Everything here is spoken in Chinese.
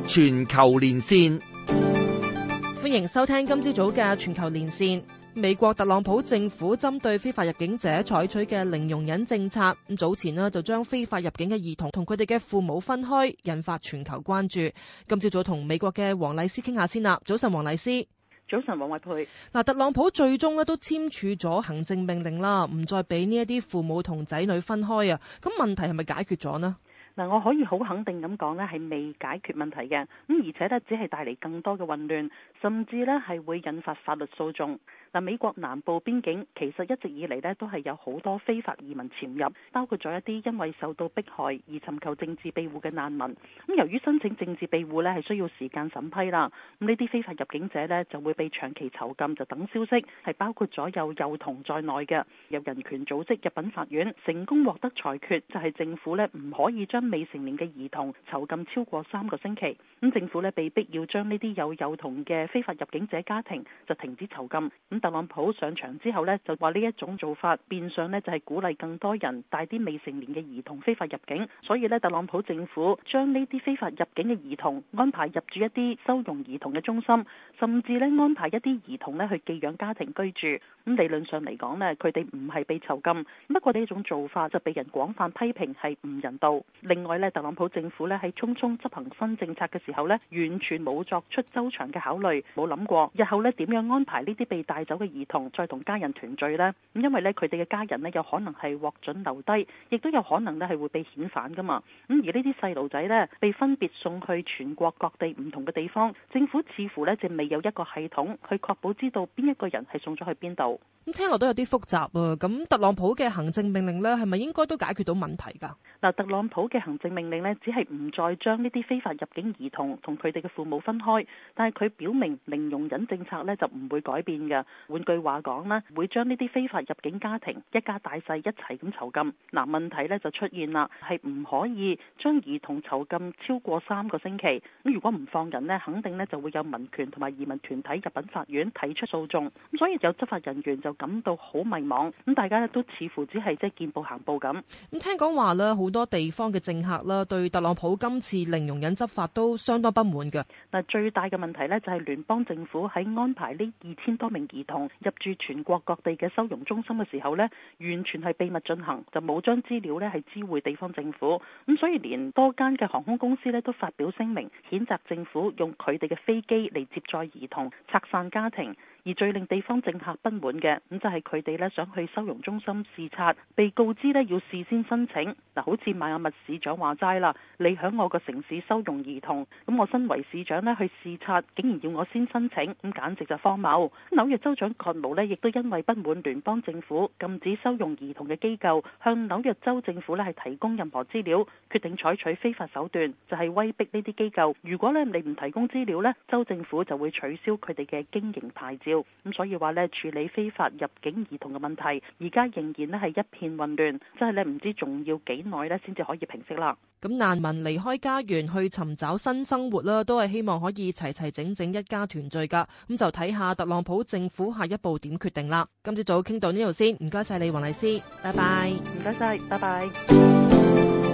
全球連線， 歡迎收聽今朝早嘅全球連線。美國特朗普政府針對非法入境者採取嘅零容忍政策，早前就將非法入境嘅兒童同佢哋嘅父母分開，引發全球關注。今朝早同美國嘅黃麗施傾下先啦。早晨，黃麗施。 早晨，王慧蓓。 特朗普最終都簽署咗行政命令啦，唔再俾呢一啲父母同仔女分開啊。咁問題係咪解決咗呢？ 我可以好肯定咁講呢係未解決問題嘅，而且呢只係帶嚟更多嘅混亂，甚至呢係會引發法律訴訟。美國南部邊境其實一直以嚟呢都係有好多非法移民潛入，包括咗一啲因為受到迫害而尋求政治庇護嘅難民。由於申請政治庇護呢係需要時間審批啦，呢啲非法入境者呢就會被長期囚禁，就等消息，係包括咗有幼童在內嘅。有人權組織入稟法院，成功獲得裁決，就係政府呢唔可以將未成年嘅兒童囚禁超過3個星期。政府呢被逼要將呢啲有幼童嘅非法入境者家庭就停止囚禁。特朗普上場之後呢，就話呢一種做法變相呢就係鼓勵更多人帶啲未成年嘅兒童非法入境，所以呢，特朗普政府將呢啲非法入境嘅兒童安排入住一啲收容兒童嘅中心，甚至呢安排一啲兒童呢去寄養家庭居住。理論上嚟講呢，佢哋唔係被囚禁，不過呢一種做法就被人廣泛批評係唔人道。另外呢，特朗普政府呢喺匆匆執行新政策嘅時候呢，完全冇作出周詳嘅考慮，冇諗過日後呢點樣安排呢啲被帶走嘅兒童再同家人團聚呢？因為呢佢哋嘅家人呢有可能係獲准留低，亦都有可能呢係會被遣返噶嘛。而呢啲細路仔呢被分別送去全國各地唔同嘅地方，政府似乎呢就未有一個系統去確保知道邊一個人係送咗去邊度。 咁聽落都有啲複雜啊。咁特朗普嘅行政命令呢係咪應該都解決到問題㗎？ 特朗普嘅行政命令呢只係唔再將呢啲非法入境兒童同佢哋嘅父母分開，但係佢表明零容忍政策呢就唔會改變嘅。換句話講呢，會將呢啲非法入境家庭一家大細一齊咁囚禁。問題呢就出現啦，係唔可以將兒童囚禁超過3個星期。咁如果唔放人呢，肯定呢就會有民權同埋移民團體入稟法院提出訴訟。咁所以有執法人員就感到好迷茫。咁大家都似乎只係見步行步咁。 咁聽講話呢，好多地方嘅政客啦，對特朗普今次零容忍執法都相當不滿嘅。 最大嘅問題呢，就係聯邦政府喺安排呢2000多名兒童入住全國各地嘅收容中心嘅時候呢，完全係秘密進行，就冇將資料呢係知會地方政府。咁所以連多間嘅航空公司呢都發表聲明，譴責政府用佢哋嘅飛機嚟接載兒童，拆散家庭。而最令地方政客不滿嘅，咁就係佢哋呢想去收容中心視察，被告知呢要事先申請。好似邁阿密市長話齋啦，你響我個城市收容兒童，咁我身為市長呢去視察，竟然要我先申請，咁簡直就荒謬。紐約州長葛謨呢亦都因為不滿聯邦政府禁止收容兒童嘅機構向紐約州政府呢係提供任何資料，決定採取非法手段，就係威逼呢啲機構，如果呢你唔提供資料呢，州政府就會取消佢哋嘅經營牌照。咁所以話呢，處理非法入境兒童嘅問題，而家仍然呢係一片混亂，真係呢唔知仲要幾耐呢先至可以平息啦。 咁難民離開家園去尋找新生活啦，都係希望可以齊齊整整一家團聚噶。咁就睇下特朗普政府下一步點決定啦。今朝早傾到呢度先，唔該晒你，黃麗施，拜拜。 唔該晒，拜拜。